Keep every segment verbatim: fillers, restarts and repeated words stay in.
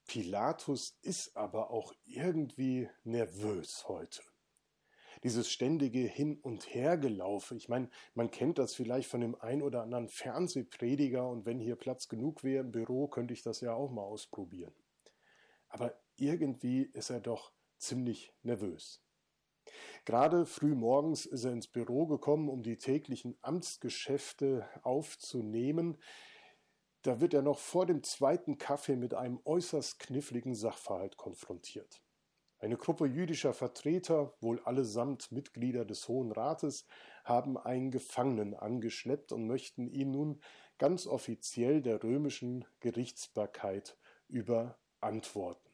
Pilatus ist aber auch irgendwie nervös heute. Dieses ständige Hin- und Hergelaufe, ich meine, man kennt das vielleicht von dem ein oder anderen Fernsehprediger und wenn hier Platz genug wäre im Büro, könnte ich das ja auch mal ausprobieren. Aber irgendwie ist er doch ziemlich nervös. Gerade früh morgens ist er ins Büro gekommen, um die täglichen Amtsgeschäfte aufzunehmen. Da wird er noch vor dem zweiten Kaffee mit einem äußerst kniffligen Sachverhalt konfrontiert. Eine Gruppe jüdischer Vertreter, wohl allesamt Mitglieder des Hohen Rates, haben einen Gefangenen angeschleppt und möchten ihn nun ganz offiziell der römischen Gerichtsbarkeit überantworten.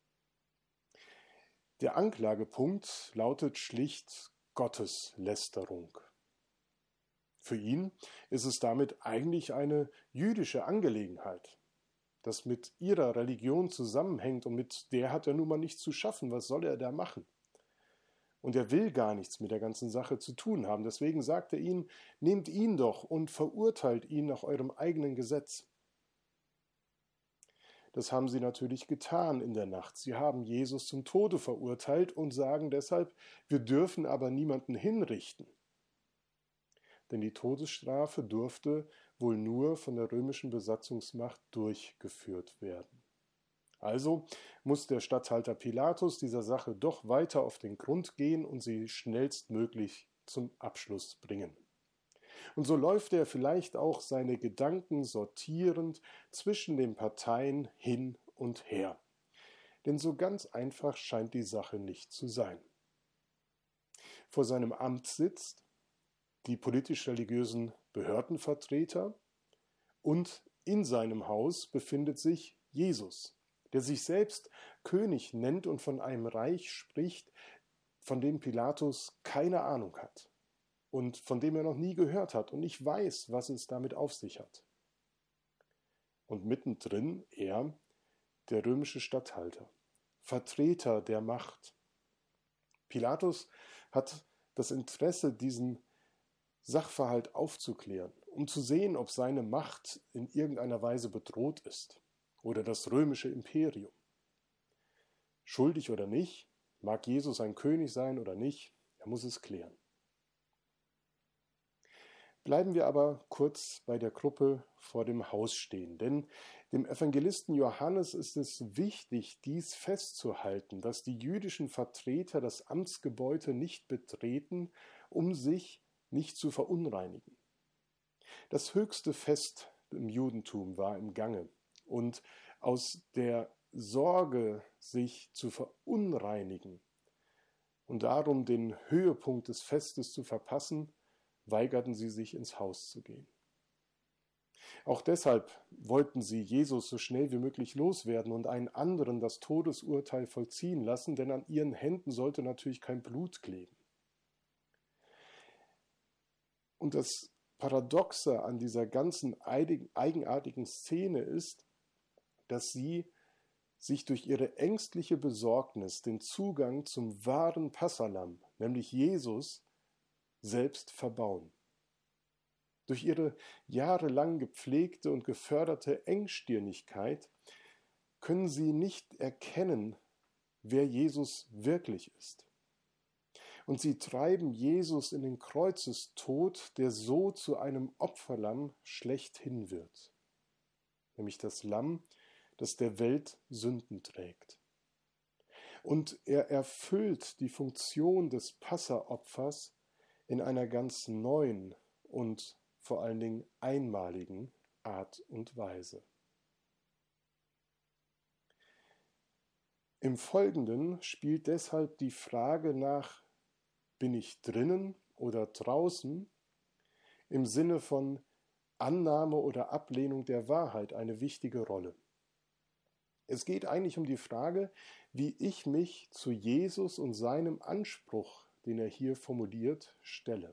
Der Anklagepunkt lautet schlicht Gotteslästerung. Für ihn ist es damit eigentlich eine jüdische Angelegenheit, das mit ihrer Religion zusammenhängt und mit der hat er nun mal nichts zu schaffen. Was soll er da machen? Und er will gar nichts mit der ganzen Sache zu tun haben. Deswegen sagt er ihnen, nehmt ihn doch und verurteilt ihn nach eurem eigenen Gesetz. Das haben sie natürlich getan in der Nacht. Sie haben Jesus zum Tode verurteilt und sagen deshalb, wir dürfen aber niemanden hinrichten. Denn die Todesstrafe durfte wohl nur von der römischen Besatzungsmacht durchgeführt werden. Also muss der Statthalter Pilatus dieser Sache doch weiter auf den Grund gehen und sie schnellstmöglich zum Abschluss bringen. Und so läuft er vielleicht auch seine Gedanken sortierend zwischen den Parteien hin und her. Denn so ganz einfach scheint die Sache nicht zu sein. Vor seinem Amt sitzt die politisch-religiösen Behördenvertreter und in seinem Haus befindet sich Jesus, der sich selbst König nennt und von einem Reich spricht, von dem Pilatus keine Ahnung hat und von dem er noch nie gehört hat und nicht weiß, was es damit auf sich hat. Und mittendrin er, der römische Statthalter, Vertreter der Macht. Pilatus hat das Interesse, diesen Sachverhalt aufzuklären, um zu sehen, ob seine Macht in irgendeiner Weise bedroht ist oder das römische Imperium. Schuldig oder nicht, mag Jesus ein König sein oder nicht, er muss es klären. Bleiben wir aber kurz bei der Gruppe vor dem Haus stehen, denn dem Evangelisten Johannes ist es wichtig, dies festzuhalten, dass die jüdischen Vertreter das Amtsgebäude nicht betreten, um sich nicht zu verunreinigen. Das höchste Fest im Judentum war im Gange und aus der Sorge, sich zu verunreinigen und darum den Höhepunkt des Festes zu verpassen, weigerten sie sich ins Haus zu gehen. Auch deshalb wollten sie Jesus so schnell wie möglich loswerden und einen anderen das Todesurteil vollziehen lassen, denn an ihren Händen sollte natürlich kein Blut kleben. Und das Paradoxe an dieser ganzen eigenartigen Szene ist, dass sie sich durch ihre ängstliche Besorgnis den Zugang zum wahren Passahlamm, nämlich Jesus, selbst verbauen. Durch ihre jahrelang gepflegte und geförderte Engstirnigkeit können sie nicht erkennen, wer Jesus wirklich ist. Und sie treiben Jesus in den Kreuzestod, der so zu einem Opferlamm schlechthin wird. Nämlich das Lamm, das der Welt Sünden trägt. Und er erfüllt die Funktion des Passaopfers in einer ganz neuen und vor allen Dingen einmaligen Art und Weise. Im Folgenden spielt deshalb die Frage nach, bin ich drinnen oder draußen, im Sinne von Annahme oder Ablehnung der Wahrheit eine wichtige Rolle. Es geht eigentlich um die Frage, wie ich mich zu Jesus und seinem Anspruch, den er hier formuliert, stelle.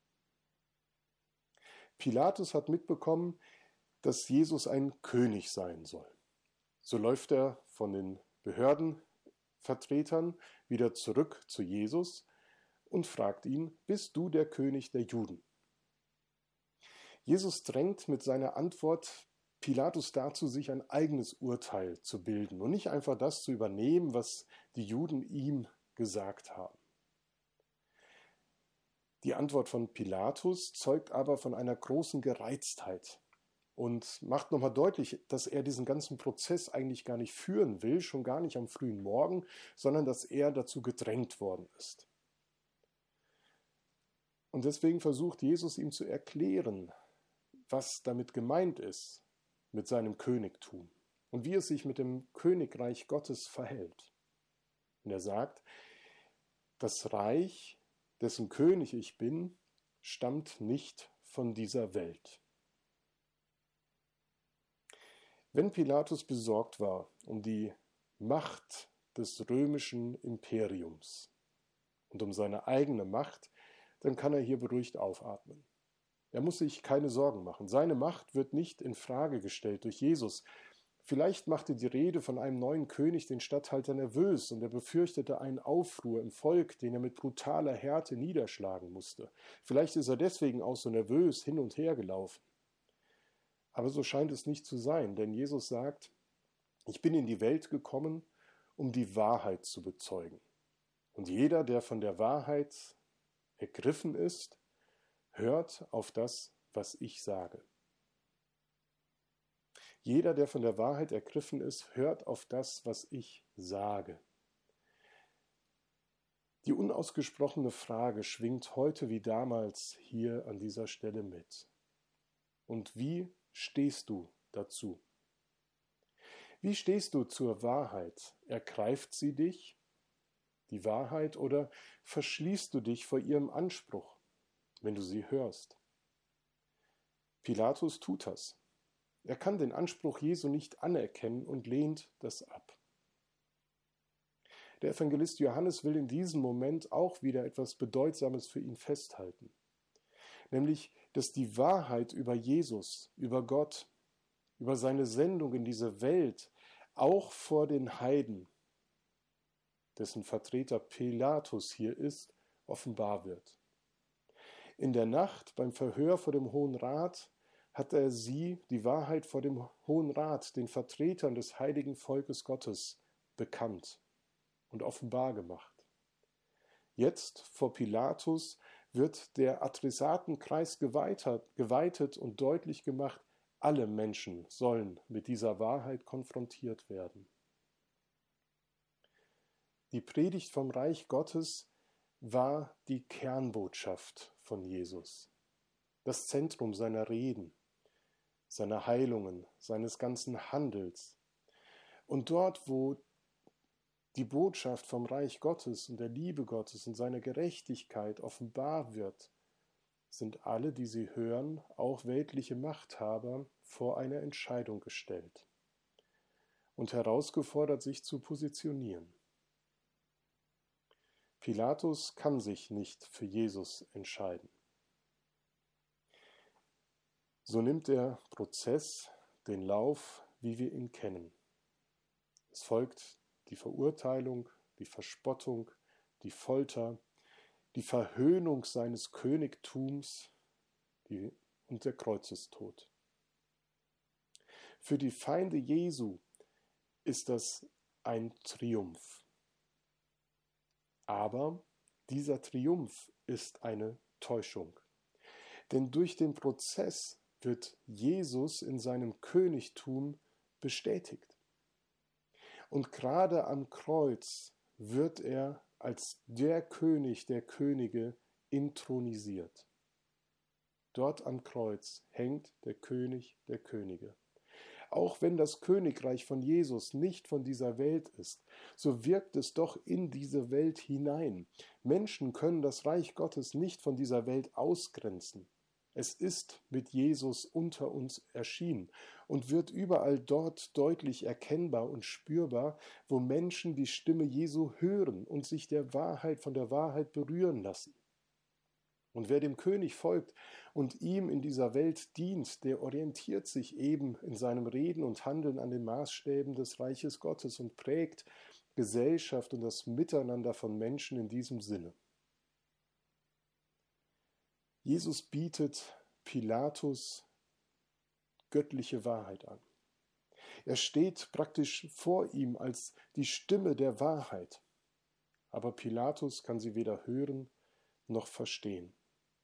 Pilatus hat mitbekommen, dass Jesus ein König sein soll. So läuft er von den Behördenvertretern wieder zurück zu Jesus und fragt ihn, bist du der König der Juden? Jesus drängt mit seiner Antwort Pilatus dazu, sich ein eigenes Urteil zu bilden und nicht einfach das zu übernehmen, was die Juden ihm gesagt haben. Die Antwort von Pilatus zeugt aber von einer großen Gereiztheit und macht nochmal deutlich, dass er diesen ganzen Prozess eigentlich gar nicht führen will, schon gar nicht am frühen Morgen, sondern dass er dazu gedrängt worden ist. Und deswegen versucht Jesus ihm zu erklären, was damit gemeint ist, mit seinem Königtum und wie es sich mit dem Königreich Gottes verhält. Und er sagt, das Reich, dessen König ich bin, stammt nicht von dieser Welt. Wenn Pilatus besorgt war um die Macht des römischen Imperiums und um seine eigene Macht, dann kann er hier beruhigt aufatmen. Er muss sich keine Sorgen machen. Seine Macht wird nicht in Frage gestellt durch Jesus. Vielleicht machte die Rede von einem neuen König den Statthalter nervös und er befürchtete einen Aufruhr im Volk, den er mit brutaler Härte niederschlagen musste. Vielleicht ist er deswegen auch so nervös hin und her gelaufen. Aber so scheint es nicht zu sein, denn Jesus sagt, ich bin in die Welt gekommen, um die Wahrheit zu bezeugen. Und jeder, der von der Wahrheit ergriffen ist, hört auf das, was ich sage. Jeder, der von der Wahrheit ergriffen ist, hört auf das, was ich sage. Die unausgesprochene Frage schwingt heute wie damals hier an dieser Stelle mit. Und wie stehst du dazu? Wie stehst du zur Wahrheit? Ergreift sie dich, die Wahrheit, oder verschließt du dich vor ihrem Anspruch, wenn du sie hörst? Pilatus tut das. Er kann den Anspruch Jesu nicht anerkennen und lehnt das ab. Der Evangelist Johannes will in diesem Moment auch wieder etwas Bedeutsames für ihn festhalten. Nämlich, dass die Wahrheit über Jesus, über Gott, über seine Sendung in diese Welt auch vor den Heiden, dessen Vertreter Pilatus hier ist, offenbar wird. In der Nacht beim Verhör vor dem Hohen Rat hat er sie, die Wahrheit vor dem Hohen Rat, den Vertretern des heiligen Volkes Gottes, bekannt und offenbar gemacht. Jetzt vor Pilatus wird der Adressatenkreis geweitet, geweitet und deutlich gemacht, alle Menschen sollen mit dieser Wahrheit konfrontiert werden. Die Predigt vom Reich Gottes war die Kernbotschaft von Jesus, das Zentrum seiner Reden, seiner Heilungen, seines ganzen Handels. Und dort, wo die Botschaft vom Reich Gottes und der Liebe Gottes und seiner Gerechtigkeit offenbar wird, sind alle, die sie hören, auch weltliche Machthaber, vor eine Entscheidung gestellt und herausgefordert, sich zu positionieren. Pilatus kann sich nicht für Jesus entscheiden. So nimmt der Prozess den Lauf, wie wir ihn kennen. Es folgt die Verurteilung, die Verspottung, die Folter, die Verhöhnung seines Königtums die, und der Kreuzestod. Für die Feinde Jesu ist das ein Triumph. Aber dieser Triumph ist eine Täuschung. Denn durch den Prozess wird Jesus in seinem Königtum bestätigt. Und gerade am Kreuz wird er als der König der Könige intronisiert. Dort am Kreuz hängt der König der Könige. Auch wenn das Königreich von Jesus nicht von dieser Welt ist, so wirkt es doch in diese Welt hinein. Menschen können das Reich Gottes nicht von dieser Welt ausgrenzen. Es ist mit Jesus unter uns erschienen und wird überall dort deutlich erkennbar und spürbar, wo Menschen die Stimme Jesu hören und sich der Wahrheit von der Wahrheit berühren lassen. Und wer dem König folgt und ihm in dieser Welt dient, der orientiert sich eben in seinem Reden und Handeln an den Maßstäben des Reiches Gottes und prägt Gesellschaft und das Miteinander von Menschen in diesem Sinne. Jesus bietet Pilatus göttliche Wahrheit an. Er steht praktisch vor ihm als die Stimme der Wahrheit. Aber Pilatus kann sie weder hören noch verstehen.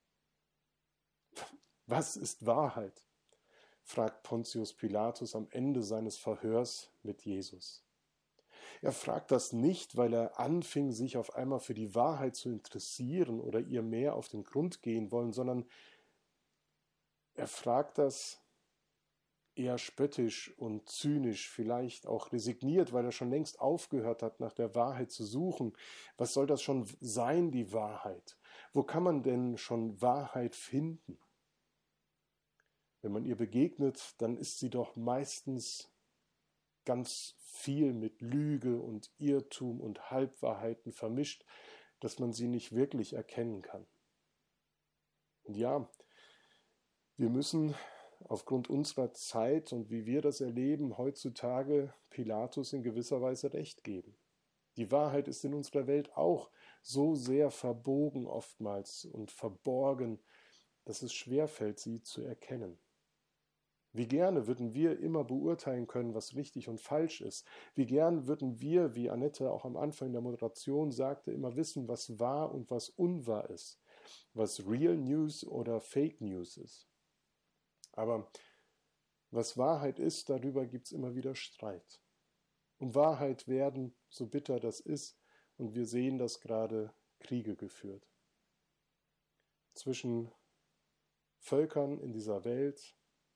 Was ist Wahrheit? Fragt Pontius Pilatus am Ende seines Verhörs mit Jesus. Er fragt das nicht, weil er anfing, sich auf einmal für die Wahrheit zu interessieren oder ihr mehr auf den Grund gehen wollen, sondern er fragt das eher spöttisch und zynisch, vielleicht auch resigniert, weil er schon längst aufgehört hat, nach der Wahrheit zu suchen. Was soll das schon sein, die Wahrheit? Wo kann man denn schon Wahrheit finden? Wenn man ihr begegnet, dann ist sie doch meistens ganz viel mit Lüge und Irrtum und Halbwahrheiten vermischt, dass man sie nicht wirklich erkennen kann. Und ja, wir müssen aufgrund unserer Zeit und wie wir das erleben, heutzutage Pilatus in gewisser Weise recht geben. Die Wahrheit ist in unserer Welt auch so sehr verbogen oftmals und verborgen, dass es schwerfällt, sie zu erkennen. Wie gerne würden wir immer beurteilen können, was richtig und falsch ist. Wie gern würden wir, wie Annette auch am Anfang der Moderation sagte, immer wissen, was wahr und was unwahr ist, was Real News oder Fake News ist. Aber was Wahrheit ist, darüber gibt es immer wieder Streit. Um Wahrheit werden, so bitter das ist, und wir sehen, dass gerade Kriege geführt. Zwischen Völkern in dieser Welt,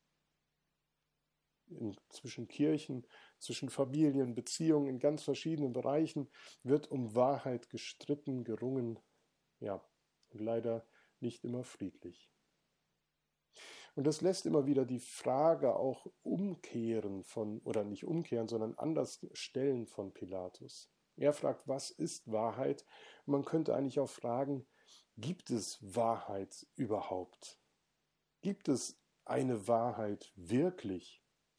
in, zwischen Kirchen, zwischen Familien, Beziehungen in ganz verschiedenen Bereichen wird um Wahrheit gestritten, gerungen, ja, und leider nicht immer friedlich. Und das lässt immer wieder die Frage auch umkehren von, oder nicht umkehren, sondern anders stellen von Pilatus. Er fragt, was ist Wahrheit? Und man könnte eigentlich auch fragen, gibt es Wahrheit überhaupt? Gibt es eine Wahrheit wirklich?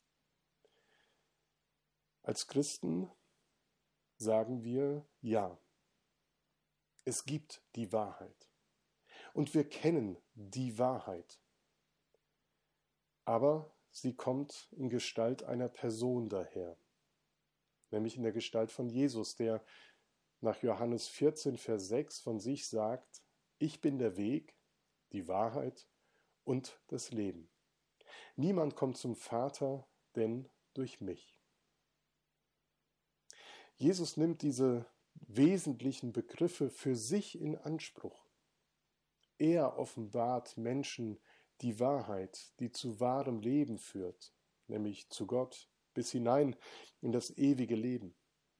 Als Christen sagen wir ja. Es gibt die Wahrheit. Und wir kennen die Wahrheit. Aber sie kommt in Gestalt einer Person daher, nämlich in der Gestalt von Jesus, der nach Johannes vierzehn, Vers sechs von sich sagt, ich bin der Weg, die Wahrheit und das Leben. Niemand kommt zum Vater, denn durch mich. Jesus nimmt diese wesentlichen Begriffe für sich in Anspruch. Er offenbart Menschen die Wahrheit, die zu wahrem Leben führt, nämlich zu Gott, bis hinein in das ewige Leben.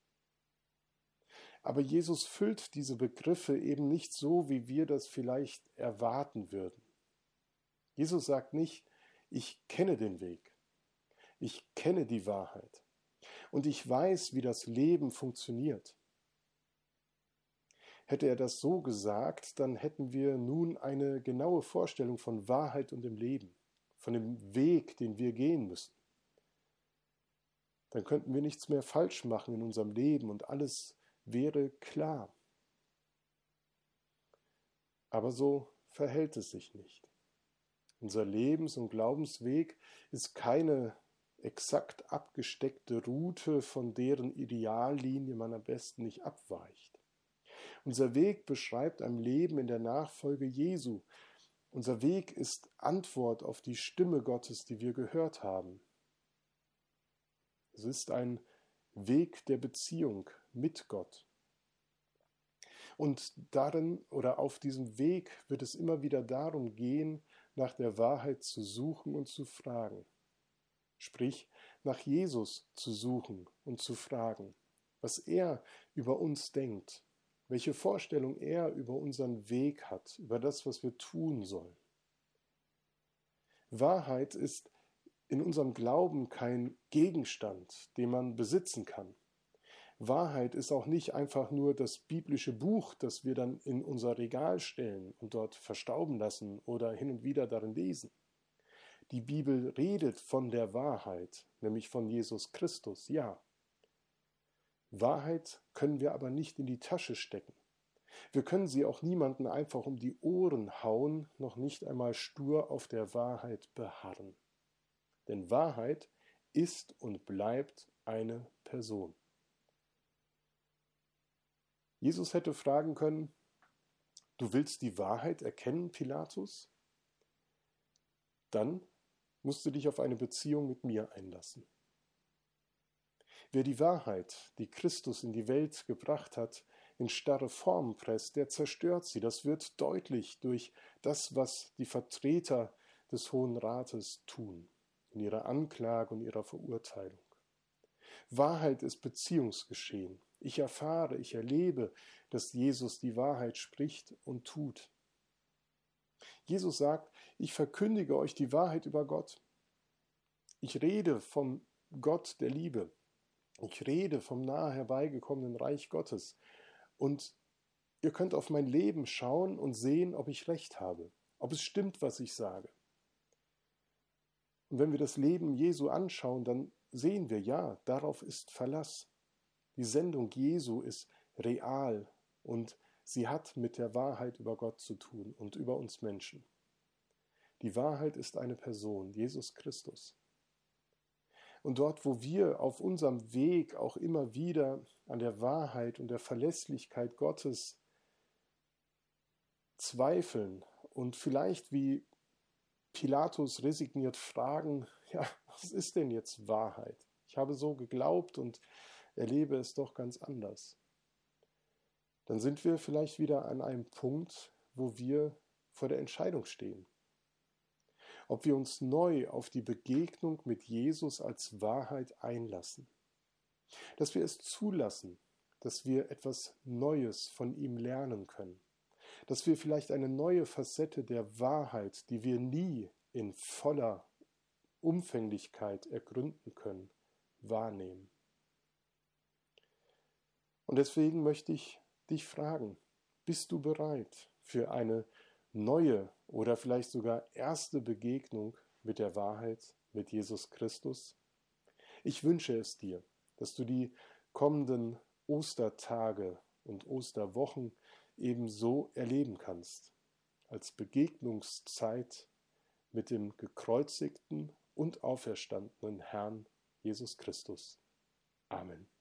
Aber Jesus füllt diese Begriffe eben nicht so, wie wir das vielleicht erwarten würden. Jesus sagt nicht, ich kenne den Weg, ich kenne die Wahrheit und ich weiß, wie das Leben funktioniert. Hätte er das so gesagt, dann hätten wir nun eine genaue Vorstellung von Wahrheit und dem Leben, von dem Weg, den wir gehen müssen. Dann könnten wir nichts mehr falsch machen in unserem Leben und alles wäre klar. Aber so verhält es sich nicht. Unser Lebens- und Glaubensweg ist keine exakt abgesteckte Route, von deren Ideallinie man am besten nicht abweicht. Unser Weg beschreibt ein Leben in der Nachfolge Jesu. Unser Weg ist Antwort auf die Stimme Gottes, die wir gehört haben. Es ist ein Weg der Beziehung mit Gott. Und darin oder auf diesem Weg wird es immer wieder darum gehen, nach der Wahrheit zu suchen und zu fragen. Sprich, nach Jesus zu suchen und zu fragen, was er über uns denkt. Welche Vorstellung er über unseren Weg hat, über das, was wir tun sollen. Wahrheit ist in unserem Glauben kein Gegenstand, den man besitzen kann. Wahrheit ist auch nicht einfach nur das biblische Buch, das wir dann in unser Regal stellen und dort verstauben lassen oder hin und wieder darin lesen. Die Bibel redet von der Wahrheit, nämlich von Jesus Christus, ja. Wahrheit können wir aber nicht in die Tasche stecken. Wir können sie auch niemandem einfach um die Ohren hauen, noch nicht einmal stur auf der Wahrheit beharren. Denn Wahrheit ist und bleibt eine Person. Jesus hätte fragen können, du willst die Wahrheit erkennen, Pilatus? Dann musst du dich auf eine Beziehung mit mir einlassen. Wer die Wahrheit, die Christus in die Welt gebracht hat, in starre Formen presst, der zerstört sie. Das wird deutlich durch das, was die Vertreter des Hohen Rates tun, in ihrer Anklage und ihrer Verurteilung. Wahrheit ist Beziehungsgeschehen. Ich erfahre, ich erlebe, dass Jesus die Wahrheit spricht und tut. Jesus sagt, ich verkündige euch die Wahrheit über Gott. Ich rede vom Gott der Liebe. Ich rede vom nahe herbeigekommenen Reich Gottes. Und ihr könnt auf mein Leben schauen und sehen, ob ich recht habe, ob es stimmt, was ich sage. Und wenn wir das Leben Jesu anschauen, dann sehen wir, ja, darauf ist Verlass. Die Sendung Jesu ist real und sie hat mit der Wahrheit über Gott zu tun und über uns Menschen. Die Wahrheit ist eine Person, Jesus Christus. Und dort, wo wir auf unserem Weg auch immer wieder an der Wahrheit und der Verlässlichkeit Gottes zweifeln und vielleicht wie Pilatus resigniert fragen, ja, was ist denn jetzt Wahrheit? Ich habe so geglaubt und erlebe es doch ganz anders. Dann sind wir vielleicht wieder an einem Punkt, wo wir vor der Entscheidung stehen. Ob wir uns neu auf die Begegnung mit Jesus als Wahrheit einlassen. Dass wir es zulassen, dass wir etwas Neues von ihm lernen können. Dass wir vielleicht eine neue Facette der Wahrheit, die wir nie in voller Umfänglichkeit ergründen können, wahrnehmen. Und deswegen möchte ich dich fragen, bist du bereit für eine neue oder vielleicht sogar erste Begegnung mit der Wahrheit, mit Jesus Christus? Ich wünsche es dir, dass du die kommenden Ostertage und Osterwochen ebenso erleben kannst, als Begegnungszeit mit dem gekreuzigten und auferstandenen Herrn Jesus Christus. Amen.